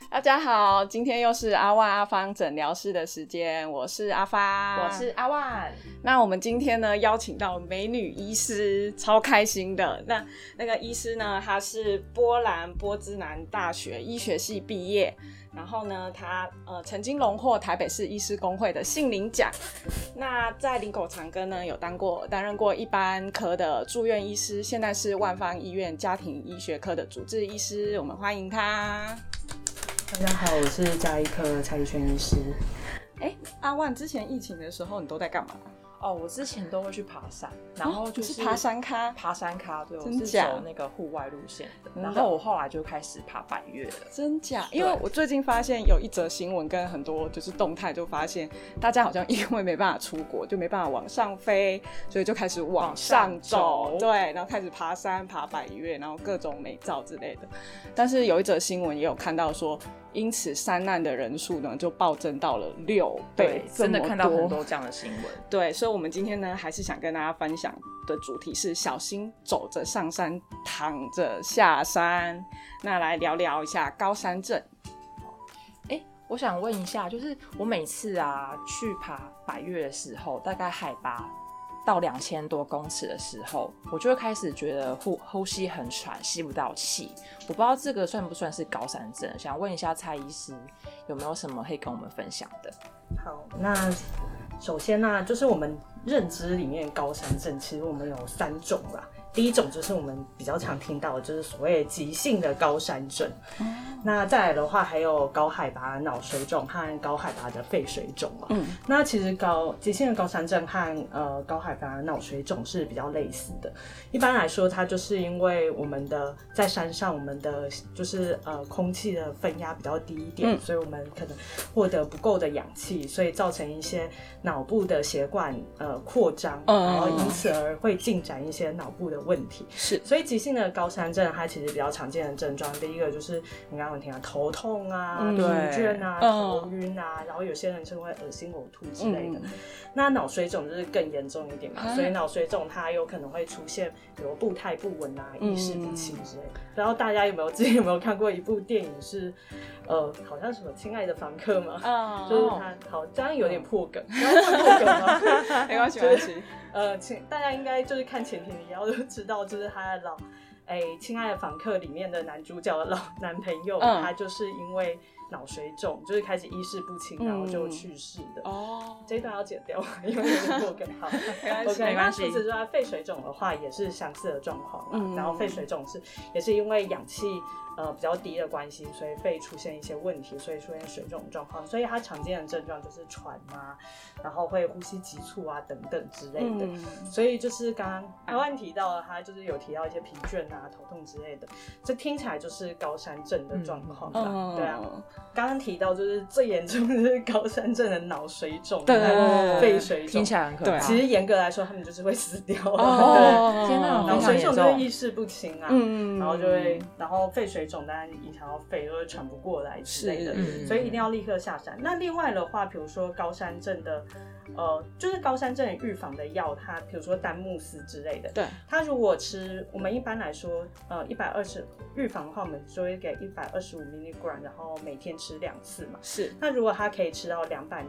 大家好，今天又是阿万阿芳诊疗室的时间，我是阿芳， 我是阿万。 那我们今天呢邀请到美女医师，超开心的。那个医师呢，她是波兰波兹南大学医学系毕业，然后呢，她曾经荣获台北市医师公会的杏林奖。那在林口长庚呢，有担任过一般科的住院医师，现在是万芳医院家庭医学科的主治医师。我们欢迎她。 大家好，我是家医科蔡宜轩医师。 阿万，之前疫情的时候你都在干嘛？ 我之前都会去爬山，然后就是爬山咖。 对，我是走那个户外路线的。然后我后来就开始爬百岳了。 真假？因为我最近发现有一则新闻跟很多就是动态，就发现大家好像因为没办法出国，就没办法往上飞，所以就开始往上走，对，然后开始爬山、爬百岳，然后各种美照之类的。但是有一则新闻也有看到说，因此山难的人数呢就暴增到了6倍， 真的看到很多这样的新闻。 对，所以我们今天呢还是想跟大家分享的主题是小心走着上山，躺着下山。那来聊聊一下高山症。 我想问一下，就是我每次去爬百岳的时候，大概海拔到2000多公尺的时候，我就会开始觉得呼吸很喘，吸不到气。我不知道这个算不算是高山症，想问一下蔡医师有没有什么可以跟我们分享的？ 好，那首先呢，就是我们认知里面高山症，其实我们有3种啦。第一种就是我们比较常听到的，就是所谓急性的高山症。那再来的话，还有高海拔脑水肿和高海拔的肺水肿嘛。那其实急性的高山症和高海拔脑水肿是比较类似的。一般来说，它就是因为我们的在山上，我们的就是空气的分压比较低一点，所以我们可能获得不够的氧气，所以造成一些脑部的血管扩张，然后因此而会进展一些脑部的问题。 是， 所以急性的高山症它其实比较常见的症状，第一个就是你刚刚有听到头痛啊、疲倦啊、头晕啊，然后有些人称为恶心呕吐之类的。那脑水肿就是更严重一点嘛，所以脑水肿它有可能会出现比如步态不稳啊、意识不清之类的。然后大家之前有没有看过一部电影是好像什么亲爱的房客嘛，就是他好这样有点破梗，破梗吗？ 没关系没关系。 大家应该就是看前庭也要都知道，就是他的亲爱的房客里面的男主角的老男朋友，他就是因为脑水肿，就是开始意识不清，然后就去世的。这一段要剪掉，因为有点过更好。OK， 那除此之外，肺水肿的话也是相似的状况啦。然后肺水肿也是因为氧气比较低的关系，所以肺出现一些问题，所以出现水肿的状况。所以它常见的症状就是喘啊，然后会呼吸急促啊等等之类的。所以就是刚刚阿万提到了，他就是有提到一些疲倦啊、头痛之类的，这听起来就是高山症的状况啦。对啊，刚刚提到就是最严重的就是高山症的脑水肿、肺水肿， 听起来很可怕。 其实严格来说，他们就是会死掉。 天哪， 脑水肿就是意识不清啊，然后肺水肿当然影响到肺，就会喘不过来之类的，所以一定要立刻下山。那另外的话，比如说高山症的就是高山症预防的药，它比如说丹木斯之类的， 对， 它如果吃，我们一般来说120预防的话，我们就会给125 mg， 然后每天吃2次嘛。是，那如果它可以吃到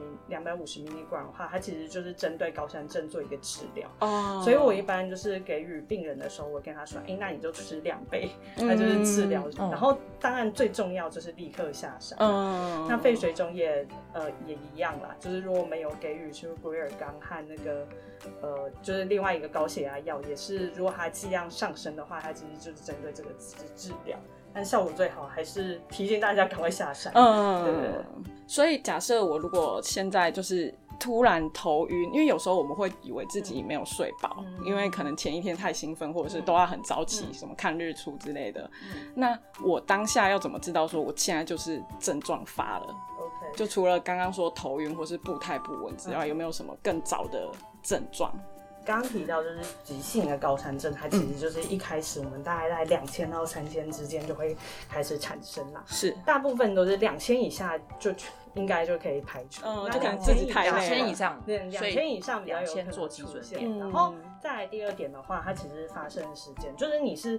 250 mg 的话，它其实就是针对高山症做一个治疗。所以我一般就是给予病人的时候，我跟他说，那你就吃2倍，那就是治疗。然后当然最重要就是立刻下山。那肺水肿也一样啦，就是如果我们有给予就是鬼尔刚和那个就是另外一个高血压药，也是如果它剂量上升的话，它其实就是针对这个治疗。但效果最好还是提醒大家赶快下山。对。 所以假设我如果现在就是突然头晕，因为有时候我们会以为自己没有睡饱，因为可能前一天太兴奋，或者是都要很早起，什么看日出之类的。那我当下要怎么知道说我现在就是症状发了？就除了刚刚说头晕或是步态不稳之外，有没有什么更早的症状？ 刚刚提到就是急性的高山症，它其实就是一开始我们大概在2000到3000之间就会开始产生啦。是，大部分都是2000以下就应该就可以排除。 就可能自己太累了。2000以上， 对，2000以上比较有可能做基准点。然后再来第二点的话，它其实发生的时间就是你是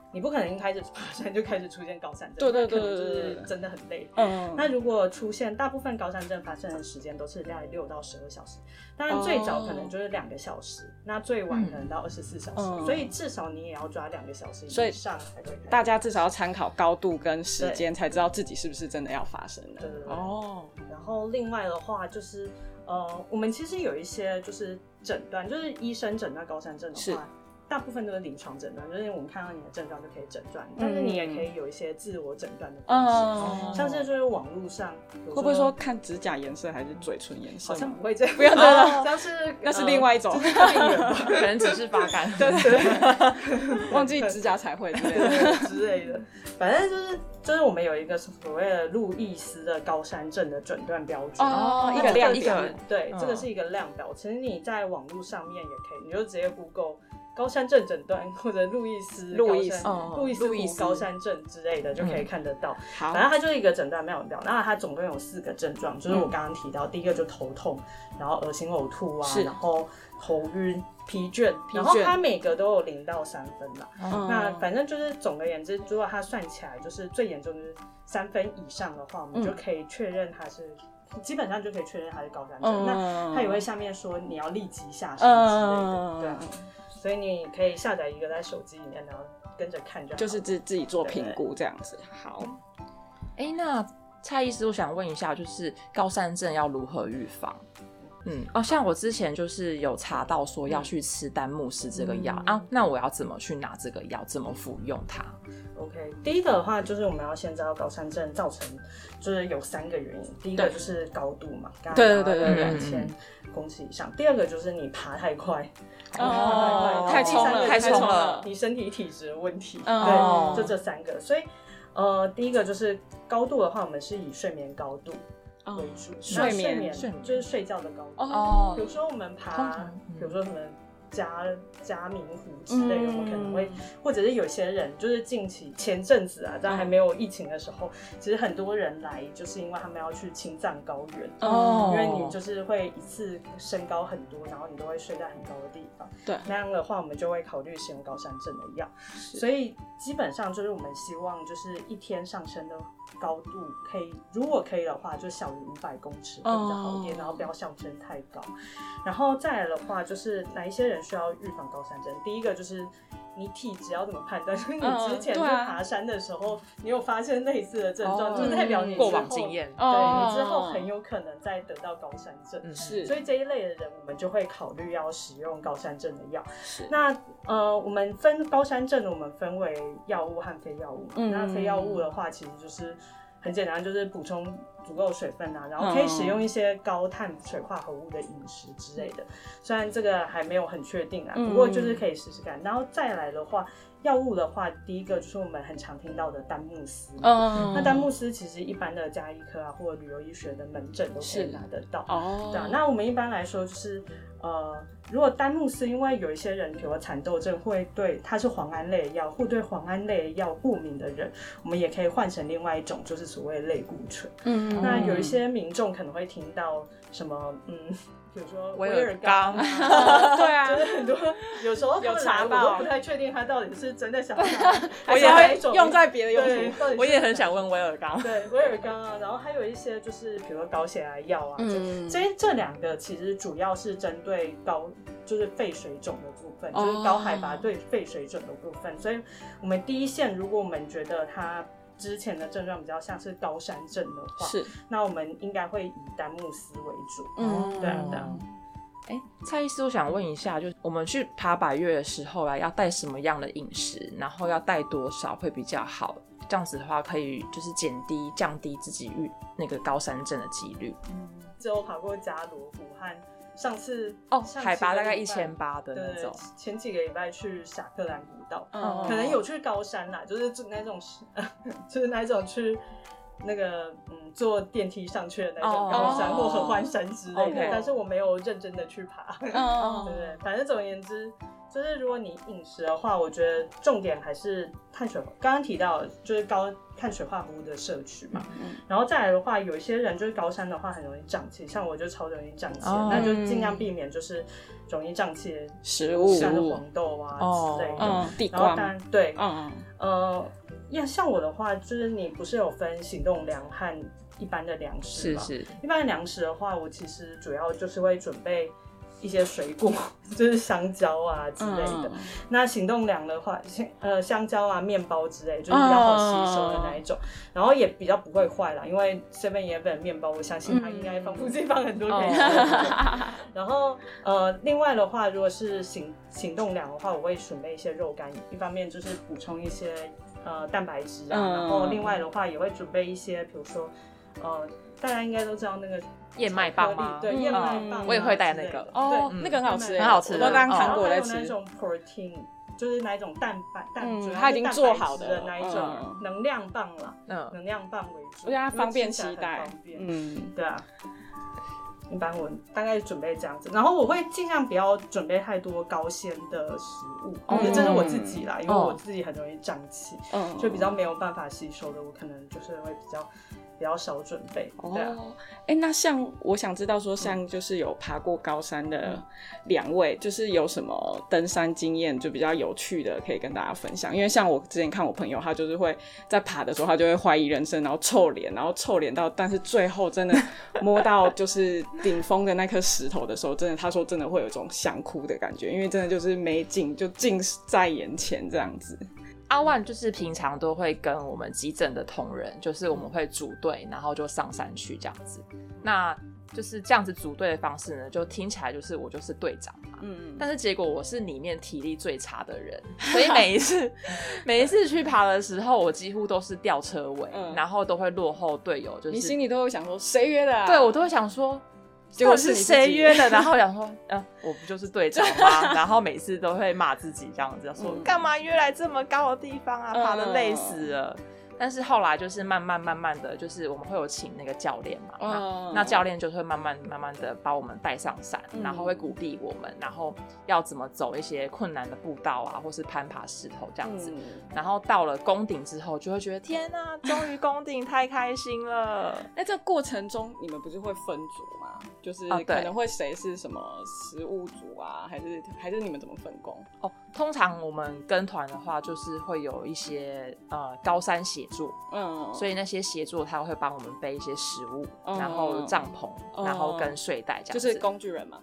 你不可能一开始爬山就开始出现高山症， 对， 可能就是真的很累。那如果出现大部分高山症发生的时间都是大概6到12小时，当然最早可能就是2个小时，那最晚可能到24小时，所以至少你也要抓2个小时以上才会。 大家至少要参考高度跟时间，才知道自己是不是真的要发生了。 对。然后另外的话就是，我们其实有一些就是诊断，就是医生诊断高山症的话。大部分都是临床诊断，就是我们看到你的症状就可以诊断，但是你也可以有一些自我诊断的方式，像是就是网络上会不会说看指甲颜色还是嘴唇颜色？ 好像不会这样， 不要这样， 像是那是另外一种， 可能只是发干， 对， 忘记指甲彩绘之类的，反正就是我们有一个所谓的路易斯的高山症的诊断标准， 一个量表， 对，这个是一个量表，其实你在网络上面也可以，你就直接 Google。高山症诊断或者路易斯湖高山症之类的就可以看得到。反正它就是一个诊断量表，那它总共有4个症状，就是我刚刚提到，第一个就头痛，然后恶心呕吐啊，然后头晕、疲倦，然后它每个都有0到3分啦。那反正就是总而言之，如果它算起来就是最严重就是3分以上的话，我们就可以确认它是。基本上就可以确认它是高山症，那它也会下面说你要立即下山之类的，对。所以你可以下载一个在手机里面，然后跟着看就好， 就是自己做评估这样子。好， 那蔡医师，我想问一下，就是高山症要如何预防？像我之前就是有查到说要去吃丹木斯这个药那我要怎么去拿这个药，怎么服用它 ？OK， 第一个的话就是我们要先知道高山症造成就是有3个原因，第一个就是高度嘛，刚刚讲到2000公尺以上，第二个就是你爬太快， 太冲了， 你身体体质的问题，对，就这3个，所以第一个就是高度的话，我们是以睡眠高度为主，睡眠就是睡觉的高度。比如说我们爬，比如说什么嘉明湖之类的，我们可能会，或者是有些人就是前阵子啊，在还没有疫情的时候，其实很多人来就是因为他们要去青藏高原，因为你就是会一次升高很多，然后你都会睡在很高的地方， 对， 那样的话我们就会考虑使用高山症的药，所以基本上就是我们希望就是一天上升的高度可以，如果可以的话，就小于500公尺会比较好一点，然后不要上升太高。然后再来的话，就是哪一些人需要预防高山症？第一个就是你体质要怎么判断？就是你之前去爬山的时候，你有发现类似的症状，就是代表你过往经验， 对你之后很有可能再得到高山症。 是， 所以这一类的人，我们就会考虑要使用高山症的药。那我们分高山症，我们分为药物和非药物。那非药物的话，其实就是很简单，就是补充足够水分啊，然后可以使用一些高碳水化合物的饮食之类的。虽然这个还没有很确定啊，不过就是可以试试看。然后再来的话，药物的话，第一个就是我们很常听到的丹木斯。那丹木斯其实一般的家医科啊，或者旅游医学的门诊都可以拿得到。对啊，那我们一般来说就是如果丹木斯，因为有一些人比如说蚕豆症会对它是磺胺类的药，或对磺胺类的药过敏的人，我们也可以换成另外一种，就是所谓的类固醇。那有一些民众可能会听到什么比如说威尔刚对啊， 就是很多有时候有查到， 我都不太确定他到底是真的想查， 还是会用在别的用途。 我也很想问威尔刚。 对，威尔刚啊，然后还有一些就是比如说高血压药啊，这2个其实主要是针对就是肺水肿的部分，就是高海拔对肺水肿的部分。所以我们第一线，如果我们觉得他之前的症状比较像是高山症的话，那我们应该会以丹木斯为主。对啊。 蔡医师，我想问一下，就是我们去爬百岳的时候要带什么样的饮食，然后要带多少会比较好？这样子的话，可以就是降低自己那个高山症的几率。 只有爬过加罗湖和上次海拔大概1800的那种。 前几个礼拜去霞克兰古道，可能有去高山啦，就是那种就是那种去那个坐电梯上去的那种高山或合欢山之类的，但是我没有认真的去爬。对，反正总而言之， 就是如果你饮食的话，我觉得重点还是碳水，刚刚提到就是高碳水化合物的摄取嘛，然后再来的话，有一些人就是高山的话很容易胀气，像我就超容易胀气，那就尽量避免就是容易胀气的食物， 像是黄豆啊之类的， 地瓜， 然后对，像我的话，就是你不是有分行动粮和一般的粮食吗？ 是。 一般的粮食的话，我其实主要就是会准备一些水果，就是香蕉啊之类的。那行动粮的话，香蕉啊、面包之类，就是比较好吸收的那一种，然后也比较不会坏啦，因为 7-Eleven 面包，我相信它应该附近放很多可以吃的。然后另外的话，如果是行动粮的话，我会准备一些肉干，一方面就是补充一些蛋白质啊，然后另外的话也会准备一些，比如说大家应该都知道那个燕麦棒吗？ 对，燕麦棒， 我也会带那个。 哦，那个很好吃， 很好吃。 我都当糖果在吃。 还有那种 protein， 就是那一种蛋白， 它已经做好的那一种能量棒啦，能量棒为主， 而且它方便携带， 对啊。一般我大概准备这样子，然后我会尽量不要准备太多高纤的食物，这是我自己啦，因为我自己很容易胀气，就比较没有办法吸收的，我可能就是会比较少准备。对啊， 那像我想知道说，像就是有爬过高山的两位，就是有什么登山经验就比较有趣的可以跟大家分享？因为像我之前看我朋友，他就是会在爬的时候，他就会怀疑人生，然后臭脸到，但是最后真的摸到就是顶峰的那颗石头的时候，真的他说真的会有一种想哭的感觉，因为真的就是美景就近在眼前这样子。 阿万就是平常都会跟我们急诊的同仁，就是我们会组队，然后就上山去这样子。那就是这样子组队的方式呢，就听起来就是我就是队长嘛。但是结果我是里面体力最差的人，所以每一次去爬的时候，我几乎都是掉车尾，然后都会落后队友。就是你心里都会想说谁约的啊？ 对，我都会想说。结果是谁约的？然后想说，我不就是队长吗？然后每次都会骂自己这样子，说干嘛约来这么高的地方啊，爬得累死了。但是后来就是慢慢的，就是我们会有请那个教练嘛，那教练就会慢慢的把我们带上山，然后会鼓励我们，然后要怎么走一些困难的步道啊，或是攀爬石头这样子。然后到了攻顶之后，就会觉得天哪，终于攻顶，太开心了。 这过程中你们不是会分组吗？就是可能会谁是什么食物组啊，还是你们怎么分工？ 通常我们跟团的话，就是会有一些高山协作，所以那些协作他会帮我们背一些食物，然后帐篷，然后跟睡袋这样子， 就是工具人嘛。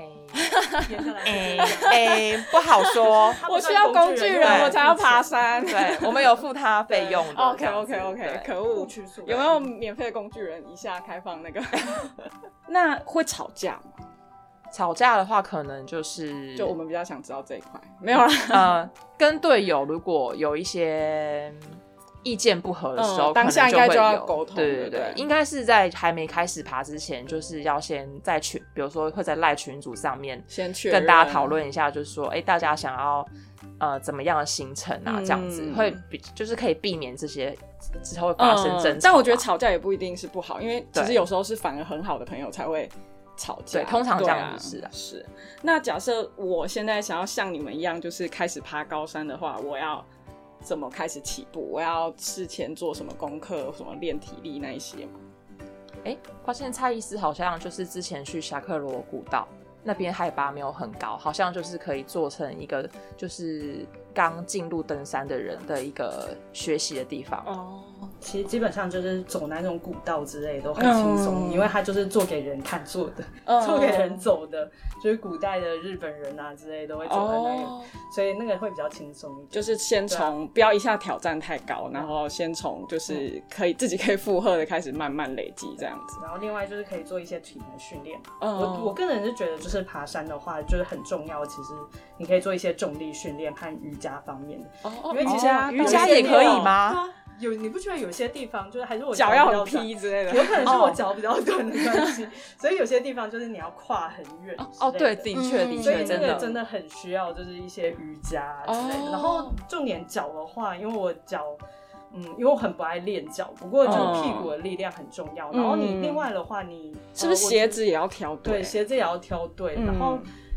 不好说。 我需要工具人，我才要爬山。 对，我们有付他费用的。 OK， 可恶，有没有免费的工具人？以下开放那个。那会吵架吗？ 吵架的话，可能就我们比较想知道这一块。没有啦。 跟队友如果有一些意见不合的时候， 当下应该就要沟通。 对，应该是在还没开始爬之前，就是要先在比如说会在赖群组上面先跟大家讨论一下，就是说，大家想要怎么样的行程啊，这样子会就是可以避免这些之后会发生争吵。 但我觉得吵架也不一定是不好，因为其实有时候是反而很好的朋友才会吵架。 对，通常这样子是啊。 是。那假设我现在想要像你们一样，就是开始爬高山的话，我要怎么开始起步？我要事前做什么功课，什么练体力那一些吗？ 发现蔡医师好像就是之前去侠客罗古道那边海拔没有很高，好像就是可以做成一个就是刚进入登山的人的一个学习的地方。 其实基本上就是走那种古道之类都很轻松，因为它就是做给人看做的，做给人走的，就是古代的日本人啊之类都会走的那个，所以那个会比较轻松一点。 就是先从不要一下挑战太高，然后先从就是自己可以负荷的开始慢慢累积这样子。 然后另外就是可以做一些体能训练。我个人是觉得就是爬山的话就是很重要，其实你可以做一些重力训练和瑜伽方面的。因为其实瑜伽也可以吗？ 你不觉得有些地方就是还是我脚要很劈之类的？ 有可能是我脚比较短的关系，所以有些地方就是你要跨很远。 对，的确， 所以那个真的很需要就是一些瑜伽之类的。然后重点脚的话，因为我脚，因为我很不爱练脚，不过就屁股的力量很重要。然后你另外的话，你是不是鞋子也要挑对？ 对，鞋子也要挑对。然后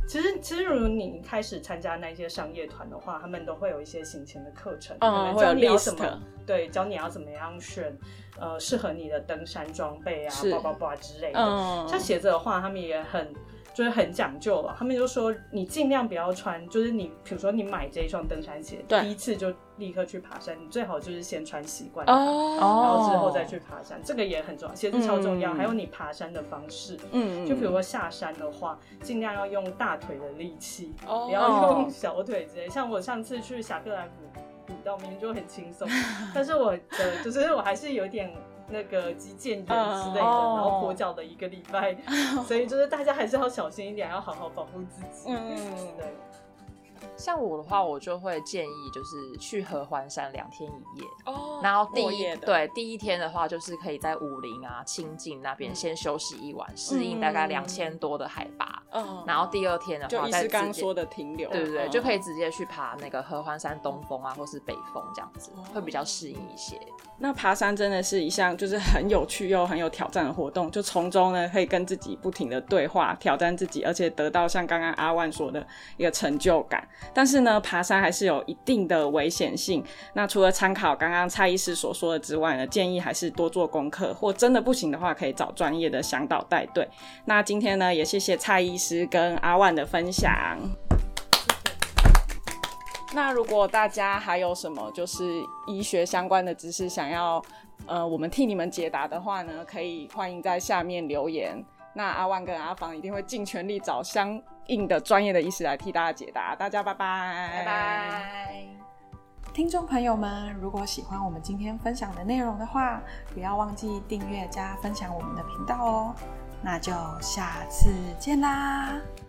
其实如果你开始参加那些商业团的话，他们都会有一些行前的课程， 会有 list， 对，教你要怎么样选适合你的登山装备啊，包之类的。像鞋子的话，他们也很讲究了，他们就说你尽量不要穿，就是你比如说你买这一双登山鞋，第一次就立刻去爬山，你最好就是先穿习惯，然后之后再去爬山，这个也很重要，鞋子超重要。还有你爬山的方式，就比如说下山的话，尽量要用大腿的力气，不要用小腿之类。像我上次去霞克兰古道，明明就很轻松，但是我的就是我还是有点那个肌腱炎之类的，然后跛脚的1个礼拜，所以就是大家还是要小心一点，要好好保护自己。对。 像我的话，我就会建议就是去合欢山2天1夜，然后第一天的话，就是可以在武陵啊、清境那边先休息1晚，适应大概2000多的海拔，然后第2天的话， 就医师刚说的停留， 对，就可以直接去爬那个合欢山东峰啊，或是北峰这样子，会比较适应一些。 那爬山真的是一项就是很有趣又很有挑战的活动，就从中呢可以跟自己不停的对话，挑战自己，而且得到像刚刚阿万说的一个成就感。但是呢，爬山还是有一定的危险性。那除了参考刚刚蔡医师所说的之外呢，建议还是多做功课，或真的不行的话，可以找专业的向导带队。那今天呢，也谢谢蔡医师跟阿万的分享。那如果大家还有什么就是医学相关的知识想要我们替你们解答的话呢，可以欢迎在下面留言。那阿万跟阿芳一定会尽全力找相应的专业的医师来替大家解答。大家拜拜， 拜拜。 听众朋友们，如果喜欢我们今天分享的内容的话，不要忘记订阅加分享我们的频道哦。那就下次见啦。